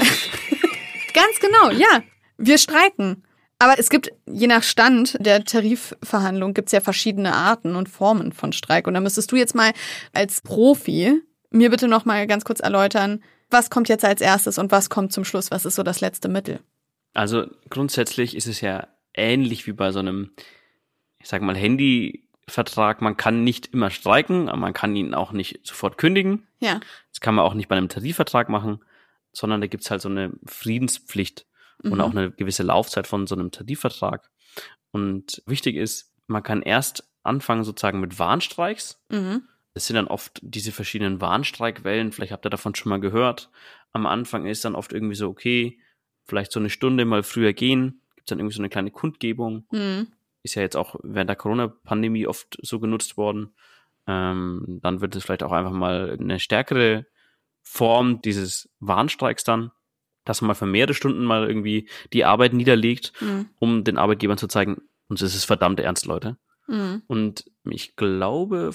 Ganz genau, ja. Wir streiken. Aber es gibt, je nach Stand der Tarifverhandlung, gibt es ja verschiedene Arten und Formen von Streik. Und da müsstest du jetzt mal als Profi mir bitte noch mal ganz kurz erläutern, was kommt jetzt als erstes und was kommt zum Schluss? Was ist so das letzte Mittel? Also grundsätzlich ist es ja ähnlich wie bei so einem, ich sag mal, Handyvertrag. Man kann nicht immer streiken, aber man kann ihn auch nicht sofort kündigen. Ja. Das kann man auch nicht bei einem Tarifvertrag machen, sondern da gibt's halt so eine Friedenspflicht. Und auch eine gewisse Laufzeit von so einem Tarifvertrag. Und wichtig ist, man kann erst anfangen sozusagen mit Warnstreiks. Mhm. Das sind dann oft diese verschiedenen Warnstreikwellen. Vielleicht habt ihr davon schon mal gehört. Am Anfang ist dann oft irgendwie so, okay, vielleicht so eine Stunde mal früher gehen. Gibt dann irgendwie so eine kleine Kundgebung. Mhm. Ist ja jetzt auch während der Corona-Pandemie oft so genutzt worden. Ähm, dann wird es vielleicht auch einfach mal eine stärkere Form dieses Warnstreiks dann, dass man mal für mehrere Stunden mal irgendwie die Arbeit niederlegt, mhm. um den Arbeitgebern zu zeigen, uns ist es verdammt ernst, Leute. Mhm. Und ich glaube,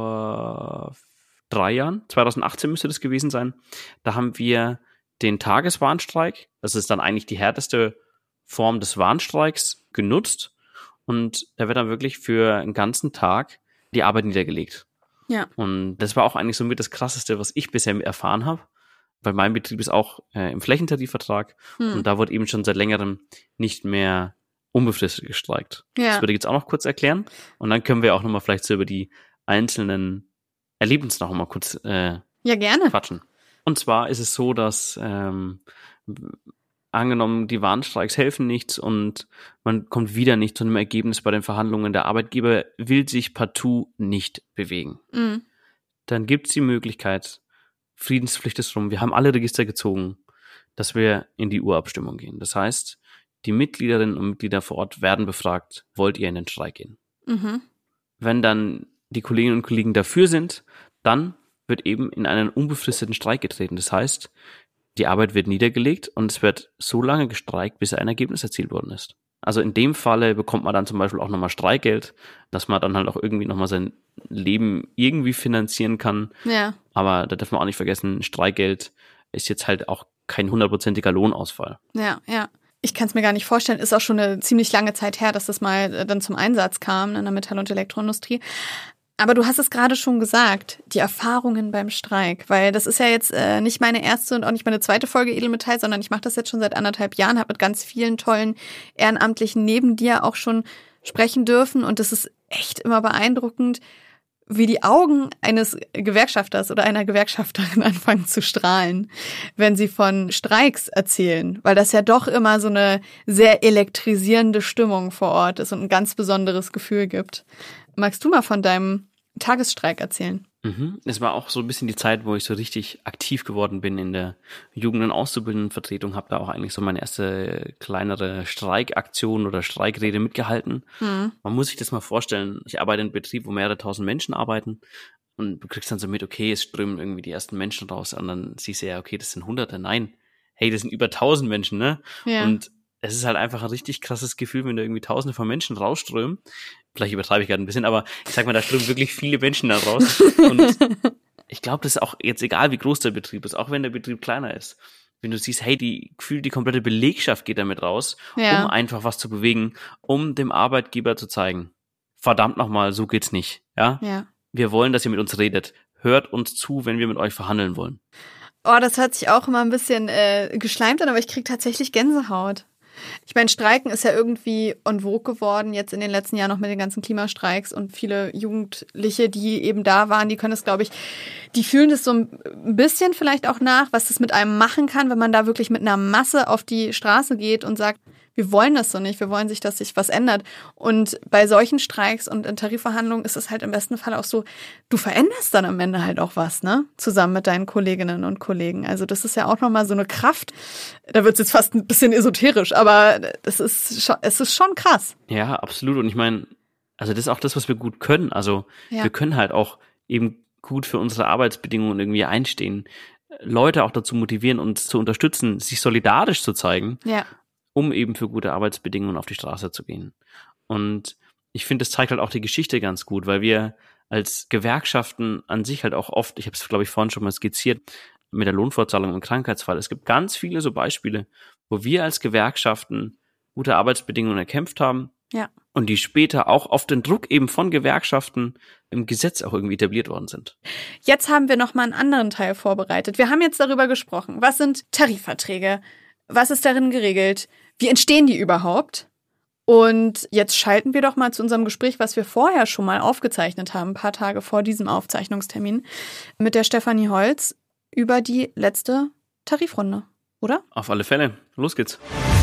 vor drei Jahren, zwanzig achtzehn müsste das gewesen sein, da haben wir den Tageswarnstreik, das ist dann eigentlich die härteste Form des Warnstreiks, genutzt. Und da wird dann wirklich für einen ganzen Tag die Arbeit niedergelegt. Ja. Und das war auch eigentlich somit das Krasseste, was ich bisher erfahren habe, weil mein Betrieb ist auch äh, im Flächentarifvertrag hm. und da wurde eben schon seit längerem nicht mehr unbefristet gestreikt. Ja. Das würde ich jetzt auch noch kurz erklären und dann können wir auch nochmal vielleicht so über die einzelnen Erlebnisse noch mal kurz äh, ja, gerne. quatschen. Und zwar ist es so, dass ähm, angenommen, die Warnstreiks helfen nichts und man kommt wieder nicht zu einem Ergebnis bei den Verhandlungen. Der Arbeitgeber will sich partout nicht bewegen. Mhm. Dann gibt es die Möglichkeit, Friedenspflicht ist rum, wir haben alle Register gezogen, dass wir in die Urabstimmung gehen. Das heißt, die Mitgliederinnen und Mitglieder vor Ort werden befragt, wollt ihr in den Streik gehen? Mhm. Wenn dann die Kolleginnen und Kollegen dafür sind, dann wird eben in einen unbefristeten Streik getreten. Das heißt, die Arbeit wird niedergelegt und es wird so lange gestreikt, bis ein Ergebnis erzielt worden ist. Also in dem Falle bekommt man dann zum Beispiel auch nochmal Streikgeld, dass man dann halt auch irgendwie nochmal sein Leben irgendwie finanzieren kann. Ja. Aber da darf man auch nicht vergessen, Streikgeld ist jetzt halt auch kein hundertprozentiger Lohnausfall. Ja, ja. Ich kann es mir gar nicht vorstellen, ist auch schon eine ziemlich lange Zeit her, dass das mal äh, dann zum Einsatz kam in der Metall- und Elektroindustrie. Aber du hast es gerade schon gesagt, die Erfahrungen beim Streik, weil das ist ja jetzt äh, nicht meine erste und auch nicht meine zweite Folge Edelmetall, sondern ich mache das jetzt schon seit anderthalb Jahren, habe mit ganz vielen tollen Ehrenamtlichen neben dir auch schon sprechen dürfen und das ist echt immer beeindruckend, wie die Augen eines Gewerkschafters oder einer Gewerkschafterin anfangen zu strahlen, wenn sie von Streiks erzählen, weil das ja doch immer so eine sehr elektrisierende Stimmung vor Ort ist und ein ganz besonderes Gefühl gibt. Magst du mal von deinem Tagesstreik erzählen? Mhm. Es war auch so ein bisschen die Zeit, wo ich so richtig aktiv geworden bin in der Jugend- und Auszubildendenvertretung, habe da auch eigentlich so meine erste kleinere Streikaktion oder Streikrede mitgehalten. Mhm. Man muss sich das mal vorstellen, ich arbeite in einem Betrieb, wo mehrere tausend Menschen arbeiten und du kriegst dann so mit, okay, es strömen irgendwie die ersten Menschen raus und dann siehst du ja, okay, das sind Hunderte. Nein, hey, das sind über tausend Menschen, ne? Ja. Und es ist halt einfach ein richtig krasses Gefühl, wenn da irgendwie tausende von Menschen rausströmen. Vielleicht übertreibe ich gerade ein bisschen, aber ich sag mal, da strömen wirklich viele Menschen da raus. Und ich glaube, das ist auch jetzt egal, wie groß der Betrieb ist, auch wenn der Betrieb kleiner ist. Wenn du siehst, hey, die gefühlt die komplette Belegschaft geht damit raus, ja. um einfach was zu bewegen, um dem Arbeitgeber zu zeigen, verdammt nochmal, so geht's nicht. Ja? Ja. Wir wollen, dass ihr mit uns redet. Hört uns zu, wenn wir mit euch verhandeln wollen. Oh, das hört sich auch immer ein bisschen äh, geschleimt an, aber ich kriege tatsächlich Gänsehaut. Ich meine, Streiken ist ja irgendwie en vogue geworden, jetzt in den letzten Jahren noch mit den ganzen Klimastreiks und viele Jugendliche, die eben da waren, die können das, glaube ich, die fühlen das so ein bisschen vielleicht auch nach, was das mit einem machen kann, wenn man da wirklich mit einer Masse auf die Straße geht und sagt, wir wollen das so nicht, wir wollen sich, dass sich was ändert. Und bei solchen Streiks und in Tarifverhandlungen ist es halt im besten Fall auch so, du veränderst dann am Ende halt auch was, ne? Zusammen mit deinen Kolleginnen und Kollegen. Also das ist ja auch nochmal so eine Kraft. Da wird es jetzt fast ein bisschen esoterisch, aber das ist schon, es ist schon krass. Ja, absolut. Und ich meine, also das ist auch das, was wir gut können. Also ja. wir können halt auch eben gut für unsere Arbeitsbedingungen irgendwie einstehen. Leute auch dazu motivieren, uns zu unterstützen, sich solidarisch zu zeigen. Ja. Um eben für gute Arbeitsbedingungen auf die Straße zu gehen. Und ich finde, das zeigt halt auch die Geschichte ganz gut, weil wir als Gewerkschaften an sich halt auch oft, ich habe es, glaube ich, vorhin schon mal skizziert, mit der Lohnfortzahlung im Krankheitsfall. Es gibt ganz viele so Beispiele, wo wir als Gewerkschaften gute Arbeitsbedingungen erkämpft haben ja. und die später auch auf den Druck eben von Gewerkschaften im Gesetz auch irgendwie etabliert worden sind. Jetzt haben wir noch mal einen anderen Teil vorbereitet. Wir haben jetzt darüber gesprochen. Was sind Tarifverträge? Was ist darin geregelt? Wie entstehen die überhaupt? Und jetzt schalten wir doch mal zu unserem Gespräch, was wir vorher schon mal aufgezeichnet haben, ein paar Tage vor diesem Aufzeichnungstermin, mit der Stefanie Holz über die letzte Tarifrunde, oder? Auf alle Fälle. Los geht's.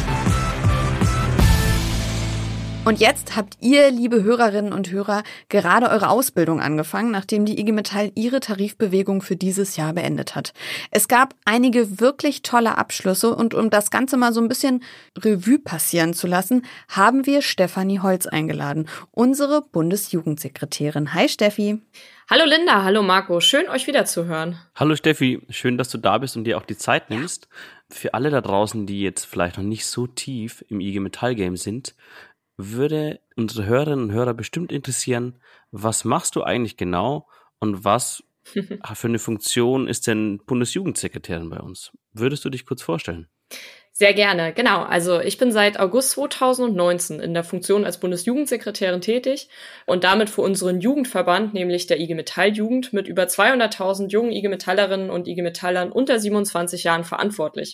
Und jetzt habt ihr, liebe Hörerinnen und Hörer, gerade eure Ausbildung angefangen, nachdem die I G Metall ihre Tarifbewegung für dieses Jahr beendet hat. Es gab einige wirklich tolle Abschlüsse und um das Ganze mal so ein bisschen Revue passieren zu lassen, haben wir Stefanie Holz eingeladen, unsere Bundesjugendsekretärin. Hi Steffi. Hallo Linda, hallo Marco, schön euch wieder zu hören. Hallo Steffi, schön, dass du da bist und dir auch die Zeit nimmst. Ja. Für alle da draußen, die jetzt vielleicht noch nicht so tief im I G Metall Game sind, würde unsere Hörerinnen und Hörer bestimmt interessieren, was machst du eigentlich genau und was für eine Funktion ist denn Bundesjugendsekretärin bei uns? Würdest du dich kurz vorstellen? Sehr gerne, genau. Also ich bin seit August zweitausendneunzehn in der Funktion als Bundesjugendsekretärin tätig und damit für unseren Jugendverband, nämlich der I G Metall Jugend, mit über zweihunderttausend jungen I G Metallerinnen und I G Metallern unter siebenundzwanzig Jahren verantwortlich.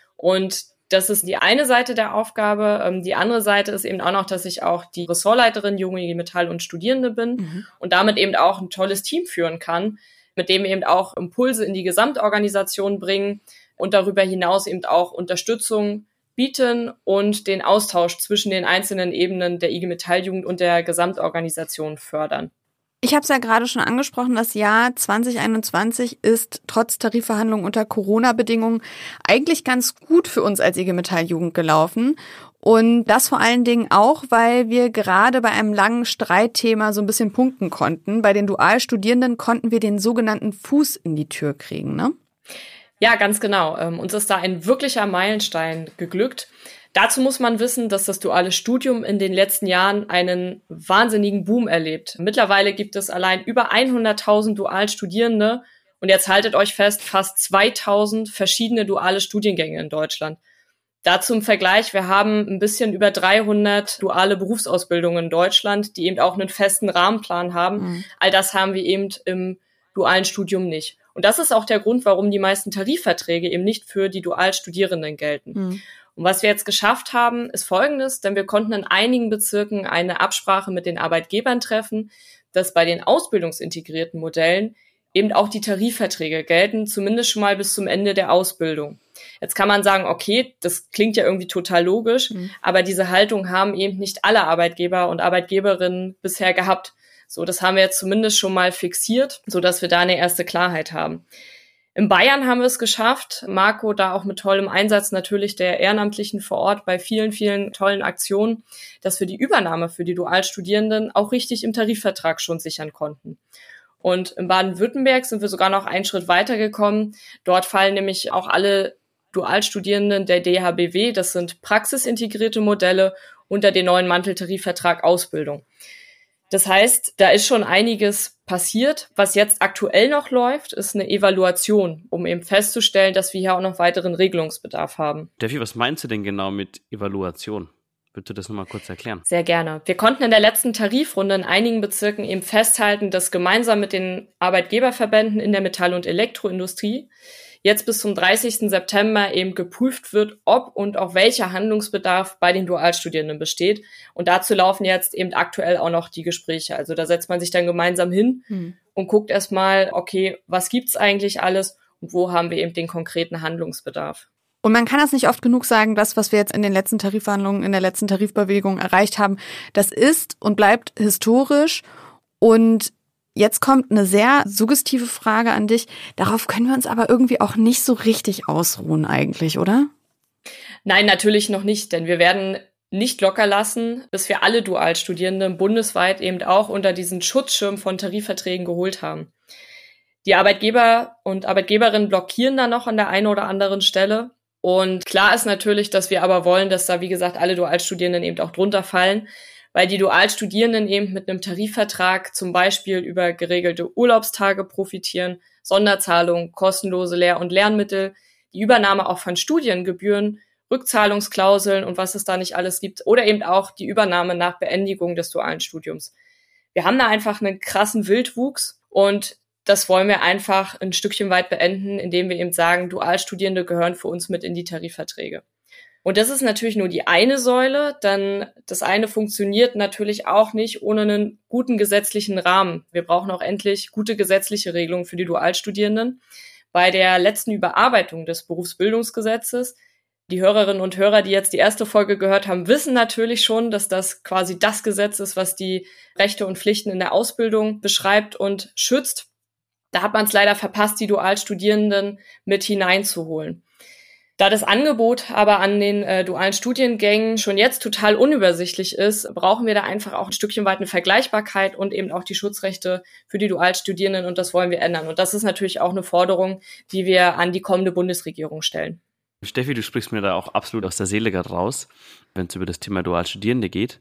Und das ist die eine Seite der Aufgabe. Die andere Seite ist eben auch noch, dass ich auch die Ressortleiterin Junge I G Metall und Studierende bin mhm. und damit eben auch ein tolles Team führen kann, mit dem eben auch Impulse in die Gesamtorganisation bringen und darüber hinaus eben auch Unterstützung bieten und den Austausch zwischen den einzelnen Ebenen der I G Metall Jugend und der Gesamtorganisation fördern. Ich habe es ja gerade schon angesprochen, das Jahr zwanzig einundzwanzig ist trotz Tarifverhandlungen unter Corona-Bedingungen eigentlich ganz gut für uns als I G Metall Jugend gelaufen. Und das vor allen Dingen auch, weil wir gerade bei einem langen Streitthema so ein bisschen punkten konnten. Bei den Dualstudierenden konnten wir den sogenannten Fuß in die Tür kriegen, ne? Ja, ganz genau. Ähm, uns ist da ein wirklicher Meilenstein geglückt. Dazu muss man wissen, dass das duale Studium in den letzten Jahren einen wahnsinnigen Boom erlebt. Mittlerweile gibt es allein über hunderttausend Dualstudierende und jetzt haltet euch fest, fast zweitausend verschiedene duale Studiengänge in Deutschland. Dazu im Vergleich, wir haben ein bisschen über dreihundert duale Berufsausbildungen in Deutschland, die eben auch einen festen Rahmenplan haben. Mhm. All das haben wir eben im dualen Studium nicht. Und das ist auch der Grund, warum die meisten Tarifverträge eben nicht für die Dualstudierenden gelten. Mhm. Und was wir jetzt geschafft haben, ist Folgendes, denn wir konnten in einigen Bezirken eine Absprache mit den Arbeitgebern treffen, dass bei den ausbildungsintegrierten Modellen eben auch die Tarifverträge gelten, zumindest schon mal bis zum Ende der Ausbildung. Jetzt kann man sagen, okay, das klingt ja irgendwie total logisch, mhm. aber diese Haltung haben eben nicht alle Arbeitgeber und Arbeitgeberinnen bisher gehabt. So, das haben wir jetzt zumindest schon mal fixiert, so dass wir da eine erste Klarheit haben. In Bayern haben wir es geschafft, Marco da auch mit tollem Einsatz natürlich der Ehrenamtlichen vor Ort bei vielen, vielen tollen Aktionen, dass wir die Übernahme für die Dualstudierenden auch richtig im Tarifvertrag schon sichern konnten. Und in Baden-Württemberg sind wir sogar noch einen Schritt weitergekommen. Dort fallen nämlich auch alle Dualstudierenden der D H B W, das sind praxisintegrierte Modelle, unter den neuen Manteltarifvertrag Ausbildung. Das heißt, da ist schon einiges passiert. Was jetzt aktuell noch läuft, ist eine Evaluation, um eben festzustellen, dass wir hier auch noch weiteren Regelungsbedarf haben. Steffi, was meinst du denn genau mit Evaluation? Würdest du das nochmal kurz erklären? Sehr gerne. Wir konnten in der letzten Tarifrunde in einigen Bezirken eben festhalten, dass gemeinsam mit den Arbeitgeberverbänden in der Metall- und Elektroindustrie jetzt bis zum dreißigsten September eben geprüft wird, ob und auch welcher Handlungsbedarf bei den Dualstudierenden besteht. Und dazu laufen jetzt eben aktuell auch noch die Gespräche. Also da setzt man sich dann gemeinsam hin hm. und guckt erstmal, okay, was gibt's eigentlich alles und wo haben wir eben den konkreten Handlungsbedarf. Und man kann das nicht oft genug sagen, das, was wir jetzt in den letzten Tarifverhandlungen, in der letzten Tarifbewegung erreicht haben, das ist und bleibt historisch. Und jetzt kommt eine sehr suggestive Frage an dich. Darauf können wir uns aber irgendwie auch nicht so richtig ausruhen eigentlich, oder? Nein, natürlich noch nicht, denn wir werden nicht locker lassen, bis wir alle Dualstudierenden bundesweit eben auch unter diesen Schutzschirm von Tarifverträgen geholt haben. Die Arbeitgeber und Arbeitgeberinnen blockieren da noch an der einen oder anderen Stelle. Und klar ist natürlich, dass wir aber wollen, dass da, wie gesagt, alle Dualstudierenden eben auch drunter fallen, weil die Dualstudierenden eben mit einem Tarifvertrag zum Beispiel über geregelte Urlaubstage profitieren, Sonderzahlungen, kostenlose Lehr- und Lernmittel, die Übernahme auch von Studiengebühren, Rückzahlungsklauseln und was es da nicht alles gibt oder eben auch die Übernahme nach Beendigung des dualen Studiums. Wir haben da einfach einen krassen Wildwuchs und das wollen wir einfach ein Stückchen weit beenden, indem wir eben sagen, Dualstudierende gehören für uns mit in die Tarifverträge. Und das ist natürlich nur die eine Säule, denn das eine funktioniert natürlich auch nicht ohne einen guten gesetzlichen Rahmen. Wir brauchen auch endlich gute gesetzliche Regelungen für die Dualstudierenden. Bei der letzten Überarbeitung des Berufsbildungsgesetzes, die Hörerinnen und Hörer, die jetzt die erste Folge gehört haben, wissen natürlich schon, dass das quasi das Gesetz ist, was die Rechte und Pflichten in der Ausbildung beschreibt und schützt. Da hat man es leider verpasst, die Dualstudierenden mit hineinzuholen. Da das Angebot aber an den äh, dualen Studiengängen schon jetzt total unübersichtlich ist, brauchen wir da einfach auch ein Stückchen weit eine Vergleichbarkeit und eben auch die Schutzrechte für die Dualstudierenden und das wollen wir ändern. Und das ist natürlich auch eine Forderung, die wir an die kommende Bundesregierung stellen. Steffi, du sprichst mir da auch absolut aus der Seele gerade raus, wenn es über das Thema Dualstudierende geht.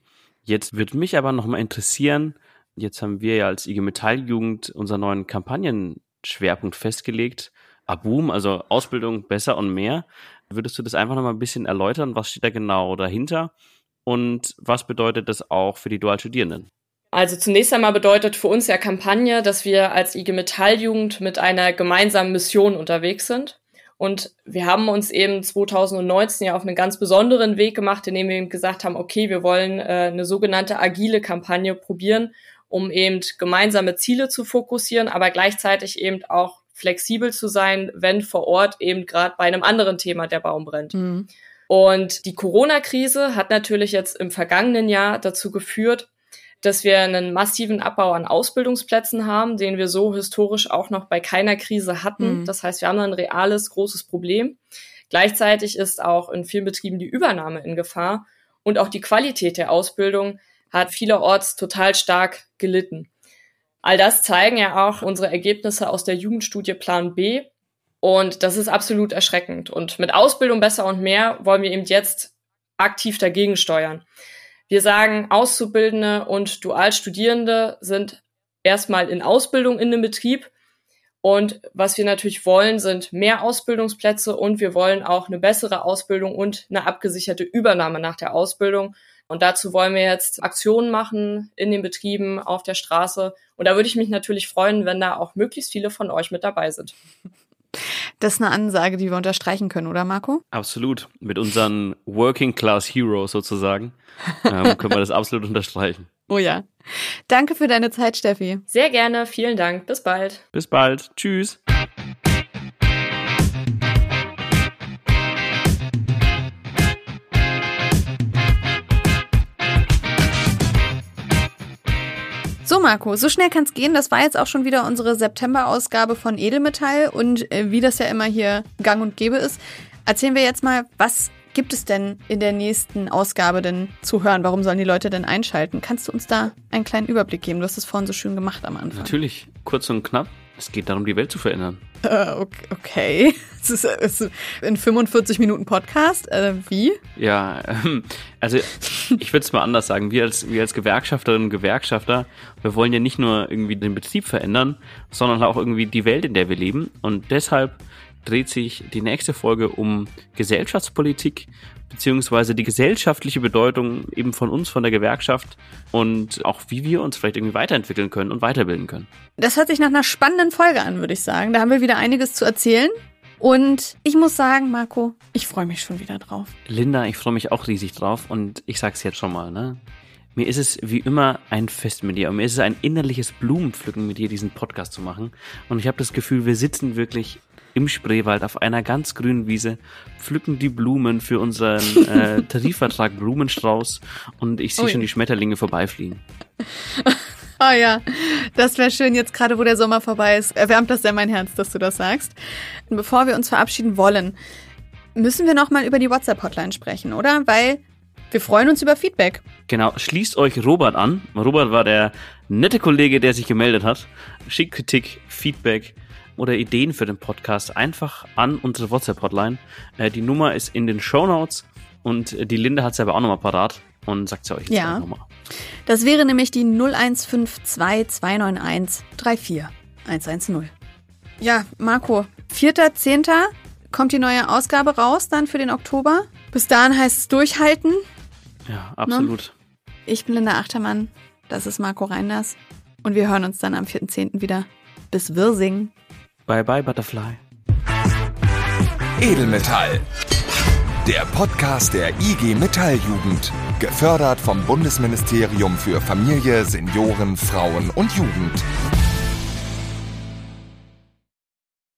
Jetzt würde mich aber nochmal interessieren, jetzt haben wir ja als I G Metall-Jugend unseren neuen Kampagnenschwerpunkt festgelegt. ABUM, also Ausbildung besser und mehr. Würdest du das einfach nochmal ein bisschen erläutern? Was steht da genau dahinter? Und was bedeutet das auch für die Dualstudierenden? Also zunächst einmal bedeutet für uns ja Kampagne, dass wir als I G Metall-Jugend mit einer gemeinsamen Mission unterwegs sind. Und wir haben uns eben zwanzig neunzehn ja auf einen ganz besonderen Weg gemacht, indem wir eben gesagt haben, okay, wir wollen äh, eine sogenannte agile Kampagne probieren, um eben gemeinsame Ziele zu fokussieren, aber gleichzeitig eben auch flexibel zu sein, wenn vor Ort eben gerade bei einem anderen Thema der Baum brennt. Mhm. Und die Corona-Krise hat natürlich jetzt im vergangenen Jahr dazu geführt, dass wir einen massiven Abbau an Ausbildungsplätzen haben, den wir so historisch auch noch bei keiner Krise hatten. Mhm. Das heißt, wir haben ein reales, großes Problem. Gleichzeitig ist auch in vielen Betrieben die Übernahme in Gefahr und auch die Qualität der Ausbildung hat vielerorts total stark gelitten. All das zeigen ja auch unsere Ergebnisse aus der Jugendstudie Plan B und das ist absolut erschreckend. Und mit Ausbildung besser und mehr wollen wir eben jetzt aktiv dagegen steuern. Wir sagen, Auszubildende und Dualstudierende sind erstmal in Ausbildung in dem Betrieb. Und was wir natürlich wollen, sind mehr Ausbildungsplätze und wir wollen auch eine bessere Ausbildung und eine abgesicherte Übernahme nach der Ausbildung. Und dazu wollen wir jetzt Aktionen machen in den Betrieben, auf der Straße. Und da würde ich mich natürlich freuen, wenn da auch möglichst viele von euch mit dabei sind. Das ist eine Ansage, die wir unterstreichen können, oder Marco? Absolut. Mit unseren Working Class Heroes sozusagen ähm, können wir das absolut unterstreichen. Oh ja. Danke für deine Zeit, Steffi. Sehr gerne. Vielen Dank. Bis bald. Bis bald. Tschüss. So Marco, so schnell kann's gehen. Das war jetzt auch schon wieder unsere September-Ausgabe von Edelmetall und äh, wie das ja immer hier gang und gäbe ist, erzählen wir jetzt mal, was gibt es denn in der nächsten Ausgabe denn zu hören? Warum sollen die Leute denn einschalten? Kannst du uns da einen kleinen Überblick geben? Du hast es vorhin so schön gemacht am Anfang. Natürlich, kurz und knapp. Es geht darum, die Welt zu verändern. Äh, okay. Es ist, es ist ein fünfundvierzig Minuten Podcast. Äh, wie? Ja, ähm, also ich würde es mal anders sagen. Wir als, wir als Gewerkschafterinnen und Gewerkschafter, wir wollen ja nicht nur irgendwie den Betrieb verändern, sondern auch irgendwie die Welt, in der wir leben. Und deshalb dreht sich die nächste Folge um Gesellschaftspolitik, beziehungsweise die gesellschaftliche Bedeutung eben von uns, von der Gewerkschaft und auch wie wir uns vielleicht irgendwie weiterentwickeln können und weiterbilden können. Das hört sich nach einer spannenden Folge an, würde ich sagen. Da haben wir wieder einiges zu erzählen. Und ich muss sagen, Marco, ich freue mich schon wieder drauf. Linda, ich freue mich auch riesig drauf und ich sag's jetzt schon mal, ne? Mir ist es wie immer ein Fest mit dir und mir ist es ein innerliches Blumenpflücken mit dir, diesen Podcast zu machen. Und ich habe das Gefühl, wir sitzen wirklich im Spreewald auf einer ganz grünen Wiese, pflücken die Blumen für unseren äh, Tarifvertrag Blumenstrauß und ich sehe oh, schon die Schmetterlinge vorbeifliegen. Oh ja, das wäre schön jetzt gerade, wo der Sommer vorbei ist. Erwärmt das sehr mein Herz, dass du das sagst. Und bevor wir uns verabschieden wollen, müssen wir noch mal über die WhatsApp-Hotline sprechen, oder? Weil wir freuen uns über Feedback. Genau, schließt euch Robert an. Robert war der nette Kollege, der sich gemeldet hat. Schickt Kritik, Feedback oder Ideen für den Podcast einfach an unsere WhatsApp-Hotline. Äh, die Nummer ist in den Shownotes und die Linda hat es aber auch nochmal parat und sagt sie euch jetzt ja. nochmal. Das wäre nämlich die null eins fünf zwei zwei neun eins drei vier eins eins null. Ja, Marco, vierter zehnter kommt die neue Ausgabe raus dann für den Oktober. Bis dahin heißt es durchhalten. Ja, absolut. Ne? Ich bin Linda Achtermann, das ist Marco Reinders und wir hören uns dann am vierten zehnten wieder. Bis Wirsing. Bye bye Butterfly. Edelmetall. Der Podcast der I G Metall-Jugend. Gefördert vom Bundesministerium für Familie, Senioren, Frauen und Jugend.